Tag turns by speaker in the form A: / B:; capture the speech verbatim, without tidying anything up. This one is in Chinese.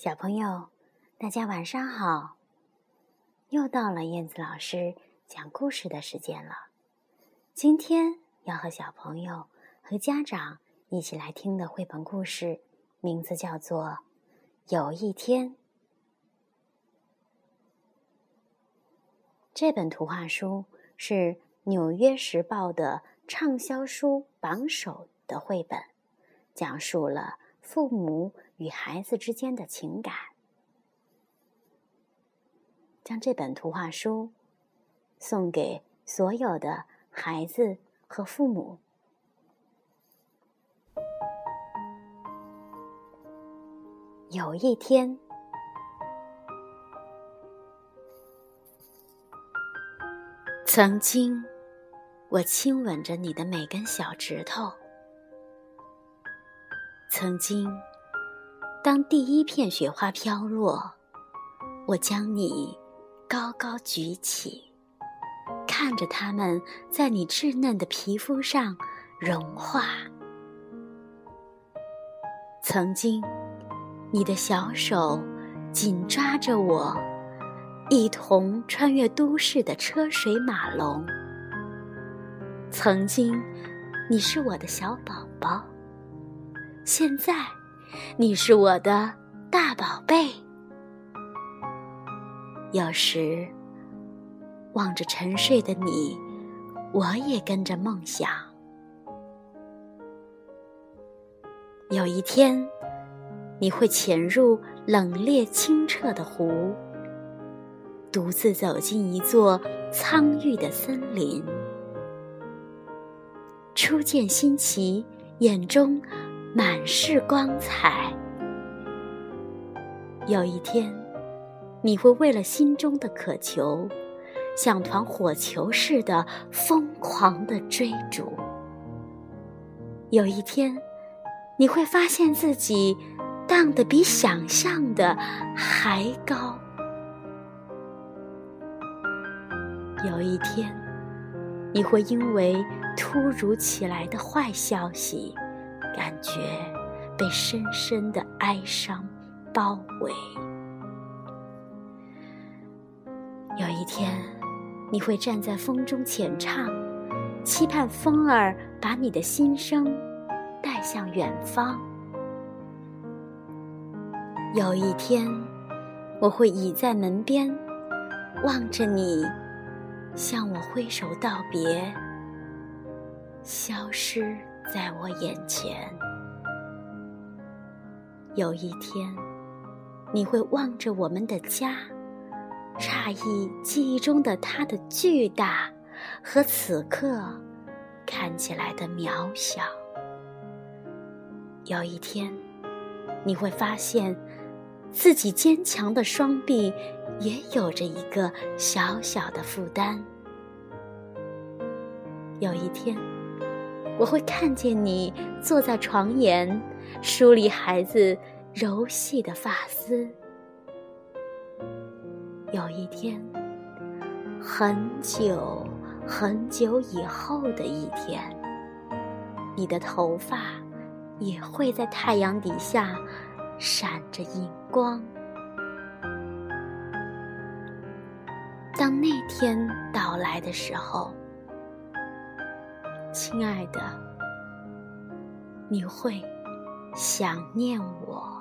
A: 小朋友，大家晚上好！又到了燕子老师讲故事的时间了。今天要和小朋友和家长一起来听的绘本故事，名字叫做《有一天》。这本图画书是《纽约时报》的畅销书榜首的绘本，讲述了父母与孩子之间的情感。将这本图画书送给所有的孩子和父母。有一天，曾经我亲吻着你的每根小指头。曾经，当第一片雪花飘落，我将你高高举起，看着它们在你稚嫩的皮肤上融化。曾经，你的小手紧抓着我，一同穿越都市的车水马龙。曾经，你是我的小宝宝。现在，你是我的大宝贝。有时，望着沉睡的你，我也跟着梦想。有一天，你会潜入冷冽清澈的湖，独自走进一座苍郁的森林。初见新奇，眼中满是光彩。有一天，你会为了心中的渴求，像团火球似的疯狂地追逐。有一天，你会发现自己荡得比想象的还高。有一天，你会因为突如其来的坏消息，感觉被深深的哀伤包围。有一天，你会站在风中浅唱，期盼风儿把你的心声带向远方。有一天，我会倚在门边，望着你向我挥手道别，消失在我眼前。有一天，你会望着我们的家，诧异记忆中的它的巨大和此刻看起来的渺小。有一天，你会发现自己坚强的双臂也有着一个小小的负担。有一天，我会看见你坐在床沿，梳理孩子柔细的发丝。有一天，很久很久以后的一天，你的头发也会在太阳底下闪着荧光。当那天到来的时候，亲爱的，你会想念我。